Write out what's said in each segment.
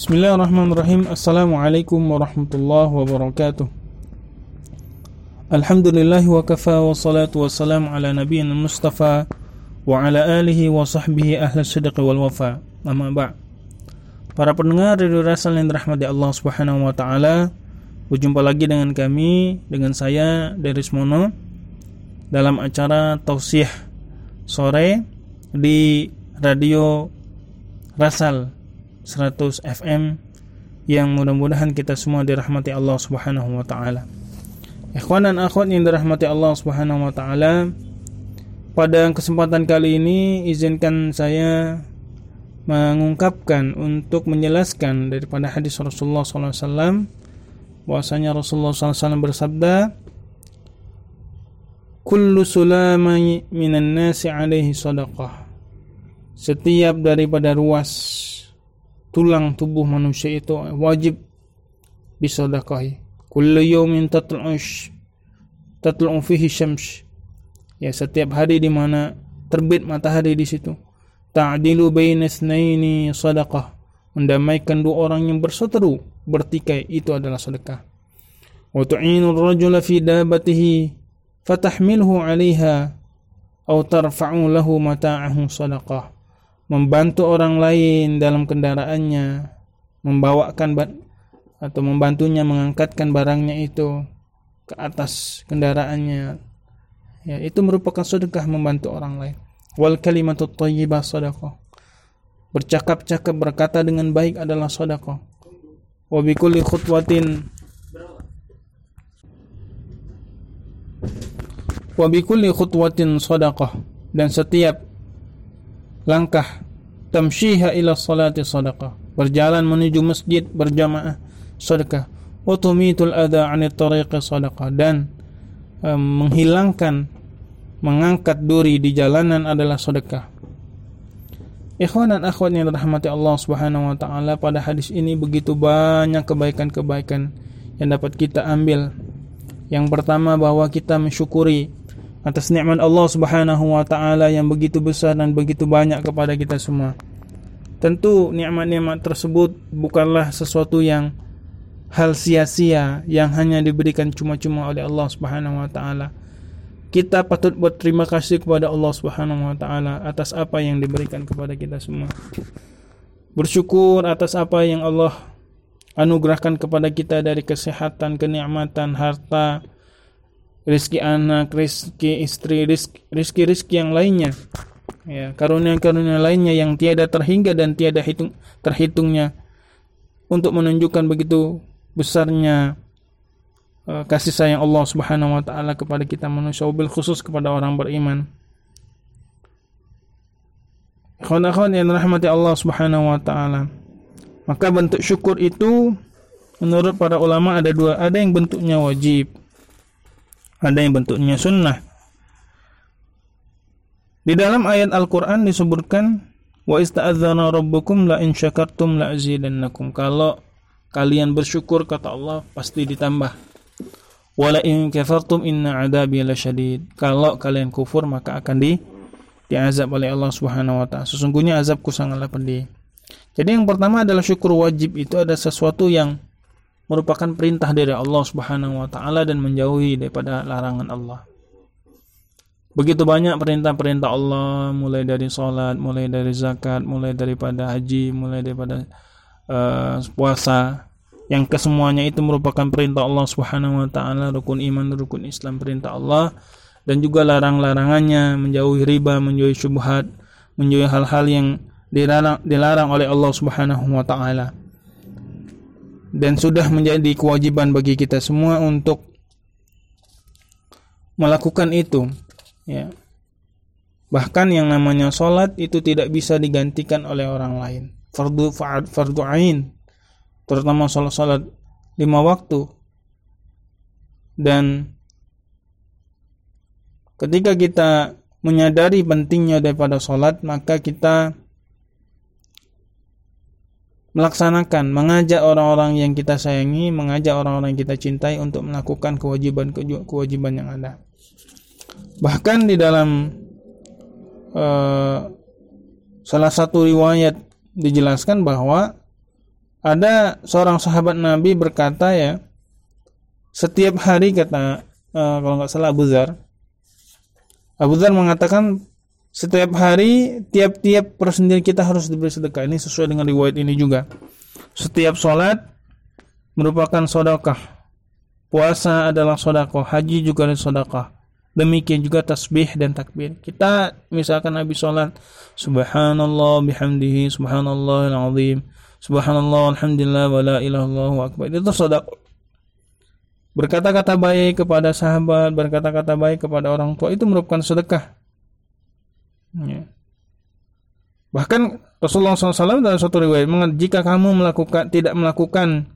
Bismillahirrahmanirrahim. Assalamualaikum warahmatullahi wabarakatuh. Alhamdulillah wa kafa wa salatu wa salam ala nabiyyina Mustafa wa ala alihi wa sahbihi ahli sidq wal wafa. Amma ba'. Para pendengar Radio Rasal yang dirahmati Allah Subhanahu wa taala, berjumpa lagi dengan kami, dengan saya Deris Mono dalam acara Tausiah sore di Radio Rasal 100 FM yang mudah-mudahan kita semua dirahmati Allah Subhanahu wa taala. Ikhwan dan akhwat yang dirahmati Allah Subhanahu wa taala, pada kesempatan kali ini izinkan saya mengungkapkan untuk menjelaskan daripada hadis Rasulullah SAW, bahwasanya Rasulullah SAW bersabda, kullu sulami minan nasi alaihi sadaqah. Setiap daripada ruas tulang tubuh manusia itu wajib bisedekahi. Kullu yawmin tatlu'u fihi syams. Ya, setiap hari di mana terbit matahari di situ. Ta'dilu baina itsnaini sadaqah. Mendamaikan dua orang yang berseteru, bertikai, itu adalah sedekah. Wa tu'inu ar-rajula fi dabatihi fatahmilhu 'alaiha aw tarfa'u lahu mata'ahu sadaqah. Membantu orang lain dalam kendaraannya, membawakan atau membantunya mengangkatkan barangnya itu ke atas kendaraannya, ya, itu merupakan sedekah, membantu orang lain. Wal kalimatut thayyibah sadaqah. Bercakap-cakap, berkata dengan baik adalah sedekah. Wa bikulli khutwatin sadaqah. Dan setiap langkah tamshiha ila salati sadaqah, berjalan menuju masjid berjamaah sedekah. Wa tumitul adha 'anit tariqi sadaqah, dan mengangkat duri di jalanan adalah sedekah. Ikhwan dan akhwat yang dirahmati Allah Subhanahu wa taala, pada hadis ini begitu banyak kebaikan-kebaikan yang dapat kita ambil. Yang pertama, bahwa kita mensyukuri atas nikmat Allah Subhanahu wa taala yang begitu besar dan begitu banyak kepada kita semua. Tentu nikmat-nikmat tersebut bukanlah sesuatu yang hal sia-sia yang hanya diberikan cuma-cuma oleh Allah Subhanahu wa taala. Kita patut berterima kasih kepada Allah Subhanahu wa taala atas apa yang diberikan kepada kita semua. Bersyukur atas apa yang Allah anugerahkan kepada kita dari kesehatan, kenikmatan, harta, rezeki anak, rezeki istri, rezeki yang lainnya, ya, karunia-karunia lainnya yang tiada terhingga dan tiada terhitungnya, untuk menunjukkan begitu besarnya kasih sayang Allah Subhanahu wa taala kepada kita manusia, wabil khusus kepada orang beriman. Ikhwan-ikhwan yang dirahmati Allah Subhanahu wa taala, maka bentuk syukur itu menurut para ulama ada dua. Ada yang bentuknya wajib, ada yang bentuknya sunnah. Di dalam ayat Al-Quran disebutkan, wa ista'adzana rabbukum la in syakartum la azidannakum. Kalau kalian bersyukur, kata Allah, pasti ditambah. Wa la in kafartum inna adabi lasyadid. Kalau kalian kufur, maka akan diazab oleh Allah Subhanahu wa taala. Sesungguhnya azabku sangatlah pedih. Jadi yang pertama adalah syukur wajib. Itu ada sesuatu yang merupakan perintah dari Allah Subhanahu wa taala dan menjauhi daripada larangan Allah. Begitu banyak perintah-perintah Allah, mulai dari salat, mulai dari zakat, mulai daripada haji, mulai daripada puasa, yang kesemuanya itu merupakan perintah Allah Subhanahu wa taala, rukun iman, rukun Islam, perintah Allah, dan juga larang-larangannya, menjauhi riba, menjauhi syubhat, menjauhi hal-hal yang dilarang oleh Allah Subhanahu wa taala. Dan sudah menjadi kewajiban bagi kita semua untuk melakukan itu, ya. Bahkan yang namanya salat itu tidak bisa digantikan oleh orang lain. Fardu ain, terutama salat 5 waktu. Dan ketika kita menyadari pentingnya daripada salat, maka kita melaksanakan, mengajak orang-orang yang kita sayangi, mengajak orang-orang yang kita cintai untuk melakukan kewajiban yang ada. Bahkan di dalam salah satu riwayat dijelaskan bahwa ada seorang sahabat Nabi berkata ya, setiap hari kata kalau nggak salah Abu Dzar mengatakan setiap hari tiap-tiap persendirian kita harus diberi sedekah. Ini sesuai dengan riwayat ini juga. Setiap sholat merupakan sedekah. Puasa adalah sedekah, haji juga adalah sedekah. Demikian juga tasbih dan takbir. Kita misalkan habis sholat, subhanallah bihamdihi, subhanallahil azim, subhanallah alhamdulillah wa la ilaha illallah akbar. Itu sedekah. Berkata-kata baik kepada sahabat, berkata-kata baik kepada orang tua itu merupakan sedekah. Ya. Bahkan Rasulullah SAW dalam suatu riwayat, jika kamu tidak melakukan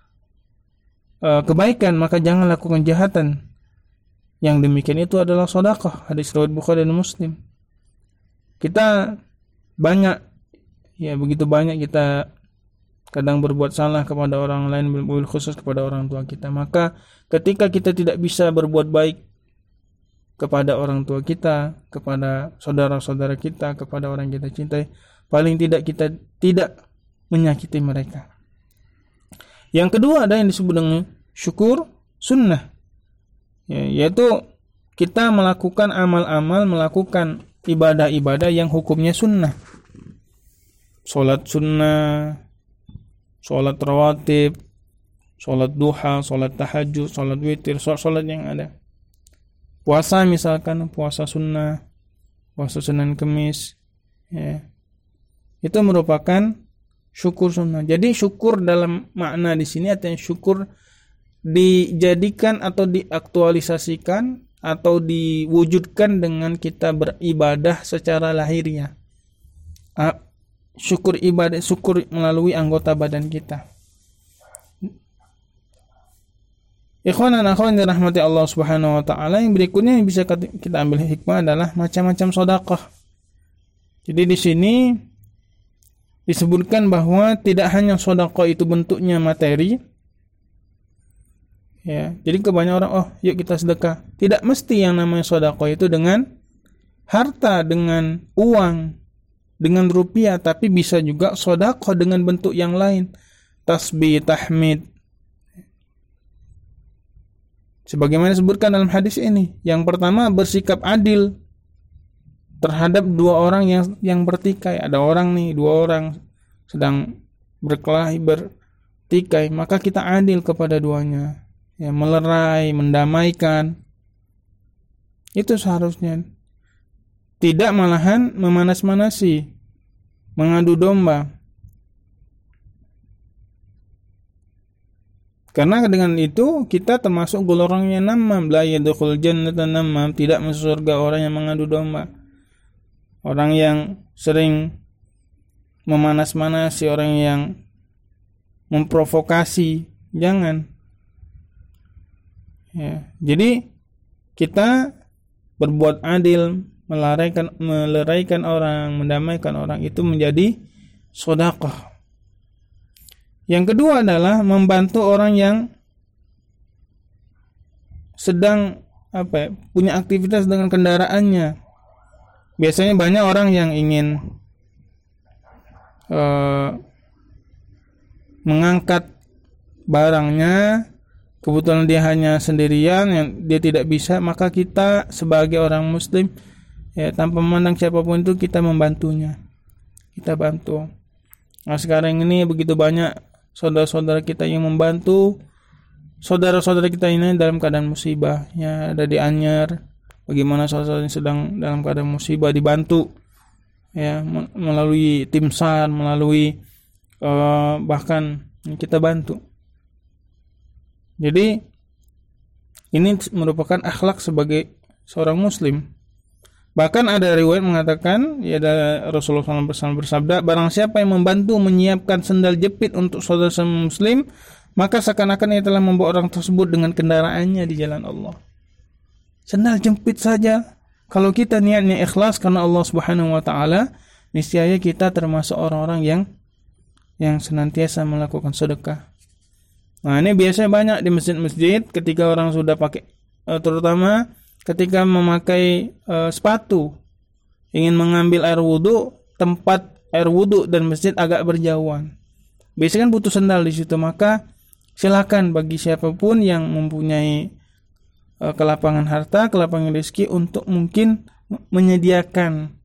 kebaikan, maka jangan lakukan kejahatan. Yang demikian itu adalah sedekah. Hadis riwayat Bukhari dan Muslim. Kita banyak, ya begitu banyak kita kadang berbuat salah kepada orang lain, berbuat khusus kepada orang tua kita. Maka ketika kita tidak bisa berbuat baik kepada orang tua kita, kepada saudara-saudara kita, kepada orang yang kita cintai, paling tidak kita tidak menyakiti mereka. Yang kedua ada yang disebut dengan syukur sunnah, yaitu kita melakukan amal-amal, melakukan ibadah-ibadah yang hukumnya sunnah. Sholat sunnah, sholat rawatib, sholat duha, sholat tahajud, sholat witir, sholat yang ada. Puasa misalkan, puasa sunnah, puasa Senin Kemis, ya. Itu merupakan syukur sunnah. Jadi syukur dalam makna di sini artinya syukur dijadikan atau diaktualisasikan atau diwujudkan dengan kita beribadah secara lahiriah. Syukur ibadah, syukur melalui anggota badan kita. Ikhwan dan akhwat yang dirahmati Allah Subhanahu wa taala, yang berikutnya yang bisa kita ambil hikmah adalah macam-macam sedekah. Jadi di sini disebutkan bahwa tidak hanya sedekah itu bentuknya materi. Ya, jadi kebanyakan orang yuk kita sedekah. Tidak mesti yang namanya sedekah itu dengan harta, dengan uang, dengan rupiah, tapi bisa juga sedekah dengan bentuk yang lain. Tasbih, tahmid. Sebagaimana disebutkan dalam hadis ini, yang pertama bersikap adil terhadap dua orang yang bertikai. Ada dua orang sedang berkelahi, bertikai, maka kita adil kepada duanya, ya, melerai, mendamaikan. Itu seharusnya. Tidak malahan memanas-manasi, mengadu domba. Karena dengan itu kita termasuk golongan yang namam, la yadkhul jannata namam, tidak masuk surga orang yang mengadu domba. Orang yang sering memanas-manasi, orang yang memprovokasi, jangan. Ya, jadi kita berbuat adil, meleraikan orang, mendamaikan orang, itu menjadi sedekah. Yang kedua adalah membantu orang yang sedang punya aktivitas dengan kendaraannya. Biasanya banyak orang yang ingin mengangkat barangnya, kebetulan dia hanya sendirian, yang dia tidak bisa, maka kita sebagai orang muslim, ya, tanpa memandang siapapun itu, kita membantunya, kita bantu. Nah, sekarang ini begitu banyak saudara-saudara kita yang membantu saudara-saudara kita ini dalam keadaan musibah, ya, ada di Anyer, bagaimana saudara yang sedang dalam keadaan musibah dibantu, ya, melalui tim SAR, melalui bahkan kita bantu. Jadi ini merupakan akhlak sebagai seorang muslim. Bahkan ada riwayat mengatakan, ya, ada Rasulullah SAW bersabda, barang siapa yang membantu menyiapkan sendal jepit untuk saudara muslim, maka seakan-akan ia telah membawa orang tersebut dengan kendaraannya di jalan Allah. Sendal jepit saja, kalau kita niatnya ikhlas karena Allah Subhanahu wa taala, niscaya kita termasuk orang-orang yang senantiasa melakukan sedekah. Nah, ini biasanya banyak di masjid-masjid ketika orang sudah pakai, terutama ketika memakai sepatu, ingin mengambil air wudu, tempat air wudu dan masjid agak berjauhan. biasanya kan butuh sendal di situ, maka silakan bagi siapapun yang mempunyai kelapangan harta, kelapangan rezeki untuk mungkin menyediakan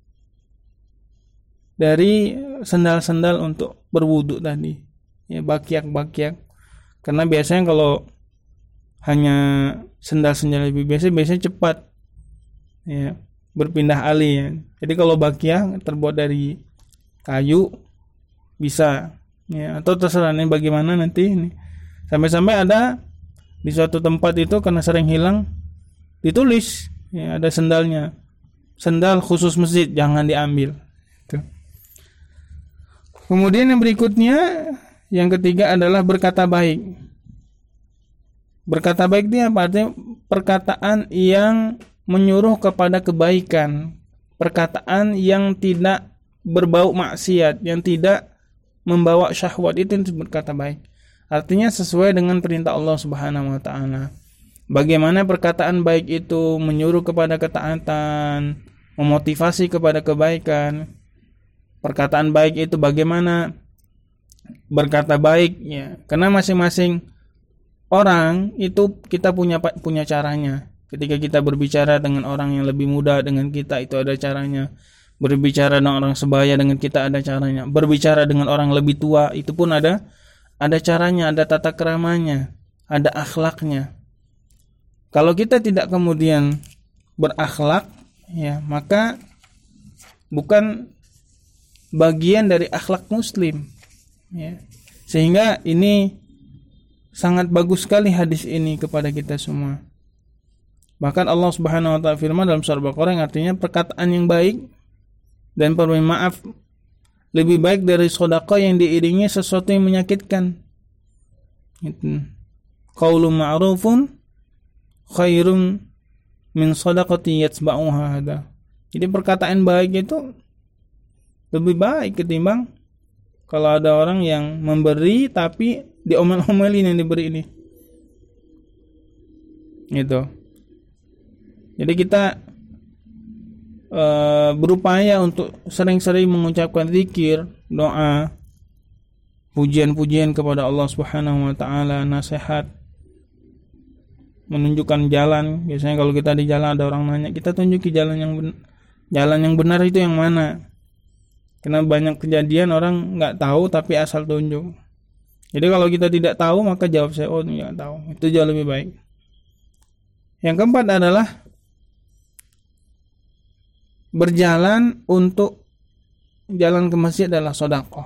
dari sendal-sendal untuk berwudu tadi, ya, bakyak. Karena biasanya kalau hanya sendal-sendal lebih biasanya cepat, ya, berpindah alih, ya. Jadi kalau bakyak terbuat dari kayu bisa, ya, atau terserah nih bagaimana nanti ini. Sampai-sampai ada di suatu tempat itu karena sering hilang ditulis, ya, ada sendalnya, sendal khusus masjid, jangan diambil. Tuh. Kemudian yang berikutnya, yang ketiga adalah berkata baik. Berkata baik itu apa? Artinya perkataan yang menyuruh kepada kebaikan, perkataan yang tidak berbau maksiat, yang tidak membawa syahwat, itu berkata baik. Artinya sesuai dengan perintah Allah Subhanahu wa taala. Bagaimana perkataan baik itu menyuruh kepada ketaatan, memotivasi kepada kebaikan. Perkataan baik itu bagaimana berkata baik, ya. Karena masing-masing orang itu kita punya caranya. Ketika kita berbicara dengan orang yang lebih muda dengan kita, itu ada caranya. Berbicara dengan orang sebaya dengan kita ada caranya. Berbicara dengan orang lebih tua itu pun ada caranya, ada tata keramanya, ada akhlaknya. Kalau kita tidak kemudian berakhlak, ya, maka bukan bagian dari akhlak muslim, ya. Sehingga ini sangat bagus sekali hadis ini kepada kita semua. Bahkan Allah Subhanahu wa taala firman dalam surah Al-Baqarah yang artinya perkataan yang baik dan permintaan maaf lebih baik dari sedekah yang diiringi sesuatu yang menyakitkan. Itu. Qaulun ma'rufun khairum min shadaqati yatba'uha hada. Jadi perkataan baik itu lebih baik ketimbang kalau ada orang yang memberi tapi diomel-omelin yang diberi ini. Gitu. Jadi kita berupaya untuk sering-sering mengucapkan zikir, doa, pujian-pujian kepada Allah Subhanahu wa taala, nasihat, menunjukkan jalan. Biasanya kalau kita di jalan ada orang nanya, kita tunjuki jalan yang benar itu yang mana. Karena banyak kejadian orang nggak tahu tapi asal tunjuk. Jadi kalau kita tidak tahu maka jawab saya, oh nggak tahu. Itu jauh lebih baik. Yang keempat adalah berjalan untuk jalan ke masjid adalah sedekah.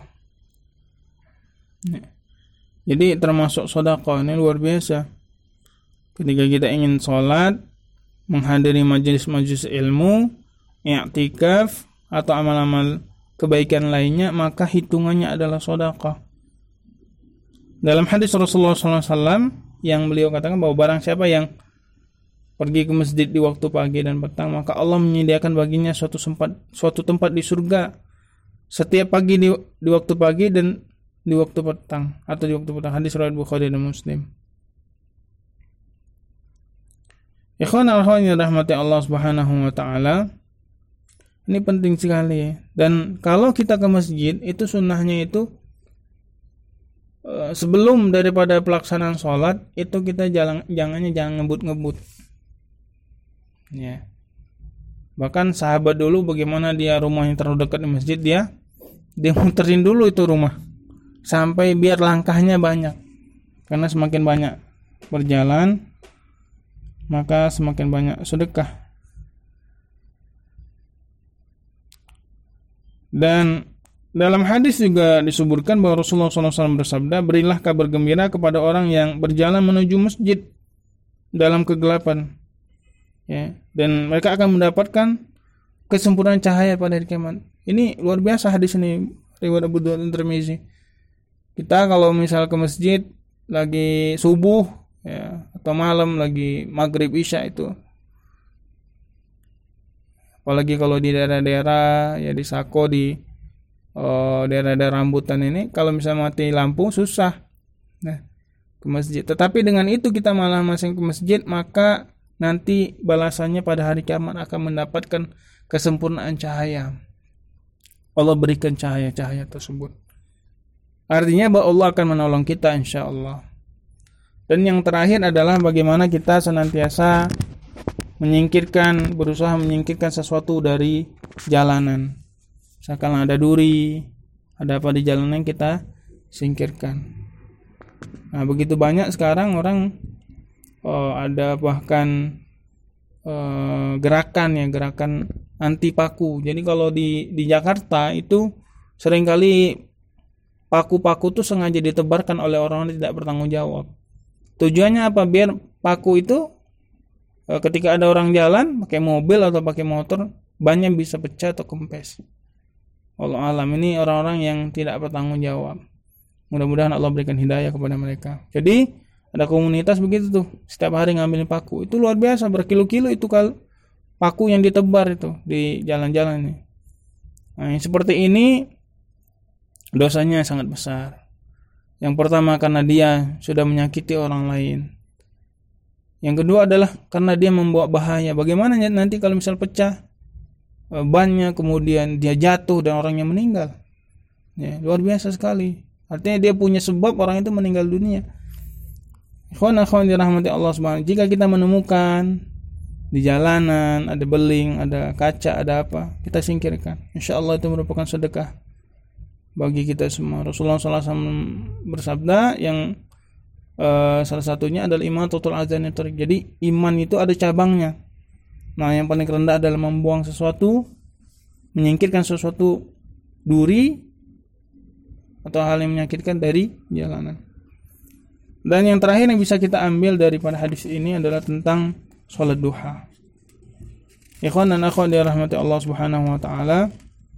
Jadi termasuk sedekah ini luar biasa. Ketika kita ingin sholat, menghadiri majelis-majelis ilmu, i'tikaf atau amal-amal kebaikan lainnya, maka hitungannya adalah sedekah. Dalam hadis Rasulullah SAW yang beliau katakan bahwa barang siapa yang pergi ke masjid di waktu pagi dan petang, maka Allah menyediakan baginya suatu tempat di surga setiap pagi di waktu pagi dan di waktu petang atau di waktu petang. Hadis riwayat Bukhari dan Muslim. Ikhwan al-akhwat yang rahmati Allah Subhanahu wa taala, ini penting sekali. Dan kalau kita ke masjid itu sunnahnya itu sebelum daripada pelaksanaan sholat itu kita jangan ngebut-ngebut. Ya. Bahkan sahabat dulu bagaimana dia rumahnya terlalu dekat di masjid, dia muterin dulu itu rumah sampai biar langkahnya banyak. Karena semakin banyak berjalan maka semakin banyak sedekah. Dan dalam hadis juga disebutkan bahwa Rasulullah SAW bersabda, berilah kabar gembira kepada orang yang berjalan menuju masjid dalam kegelapan, ya, dan mereka akan mendapatkan kesempurnaan cahaya pada hari kiamat. Ini luar biasa hadis ini, riwayat Abu Dawud dan Tirmizi. Kita kalau misal ke masjid lagi subuh, ya, atau malam lagi maghrib isya itu, apalagi kalau di daerah-daerah ya di Sako, di daerah-daerah rambutan ini, kalau misalnya mati lampu susah ke masjid. Tetapi dengan itu kita malah masih ke masjid, maka nanti balasannya pada hari kiamat akan mendapatkan kesempurnaan cahaya. Allah berikan cahaya-cahaya tersebut. Artinya bahwa Allah akan menolong kita insyaallah. Dan yang terakhir adalah bagaimana kita senantiasa berusaha menyingkirkan sesuatu dari jalanan. Misalkan ada duri, ada apa di jalanan, kita singkirkan. Nah, begitu banyak sekarang orang ada bahkan gerakan anti paku. Jadi kalau di Jakarta itu seringkali paku-paku itu sengaja ditebarkan oleh orang yang tidak bertanggung jawab. Tujuannya apa? Biar paku itu ketika ada orang jalan pakai mobil atau pakai motor, bannya bisa pecah atau kempes. Wallahu alam, ini orang-orang yang tidak bertanggung jawab. Mudah-mudahan Allah berikan hidayah kepada mereka. Jadi ada komunitas begitu tuh, setiap hari ngambilin paku. Itu luar biasa, berkilo-kilo itu paku yang ditebar itu di jalan-jalan ini. Nah, yang seperti ini dosanya sangat besar. Yang pertama karena dia sudah menyakiti orang lain. Yang kedua adalah karena dia membawa bahaya. Bagaimana nanti kalau misal pecah bannya, kemudian dia jatuh dan orangnya meninggal. Ya, luar biasa sekali. Artinya dia punya sebab orang itu meninggal dunia. Ikhwan dirahmati Allah Subhanahu. Jika kita menemukan di jalanan ada beling, ada kaca, ada apa, kita singkirkan. Insyaallah itu merupakan sedekah bagi kita semua. Rasulullah SAW bersabda yang salah satunya adalah iman total azan. Jadi iman itu ada cabangnya. Nah, yang paling rendah adalah membuang sesuatu, menyingkirkan sesuatu duri atau hal yang menyakitkan dari jalanan. Dan yang terakhir yang bisa kita ambil daripada hadis ini adalah tentang sholat duha. Ikhwan dan akhwat dirahmati Allah Subhanahu wa taala.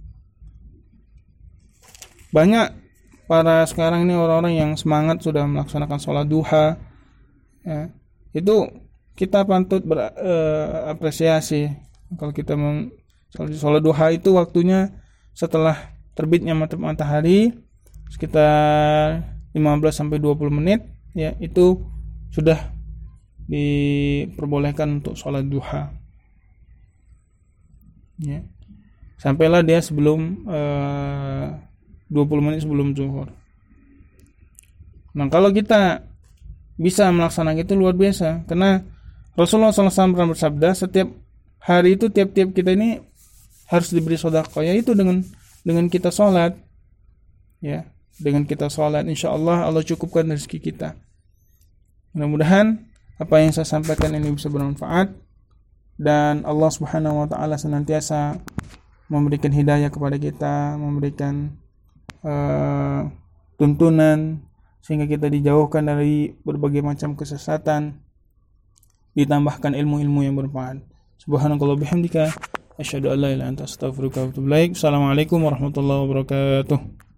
Banyak para sekarang ini orang-orang yang semangat sudah melaksanakan sholat duha. Ya, itu kita patut berapresiasi. Kalau kita sholat duha itu waktunya setelah terbitnya matahari sekitar 15-20 menit, ya, itu sudah diperbolehkan untuk sholat duha. Ya. Sampailah dia sebelum 20 menit sebelum zuhur. Nah, kalau kita bisa melaksanakan itu luar biasa, karena Rasulullah SAW pernah bersabda, setiap hari itu tiap-tiap kita ini harus diberi sedekah, yaitu dengan kita sholat. Ya, dengan kita sholat, insyaallah Allah cukupkan rezeki kita. Mudah-mudahan apa yang saya sampaikan ini bisa bermanfaat dan Allah Subhanahu wa taala senantiasa memberikan hidayah kepada kita, memberikan tuntunan sehingga kita dijauhkan dari berbagai macam kesesatan, ditambahkan ilmu-ilmu yang bermanfaat. Subhanakallah bihamdika asyhadu an la ilaha illa anta astaghfiruka wa atubu ilaik. Assalamualaikum warahmatullahi wabarakatuh.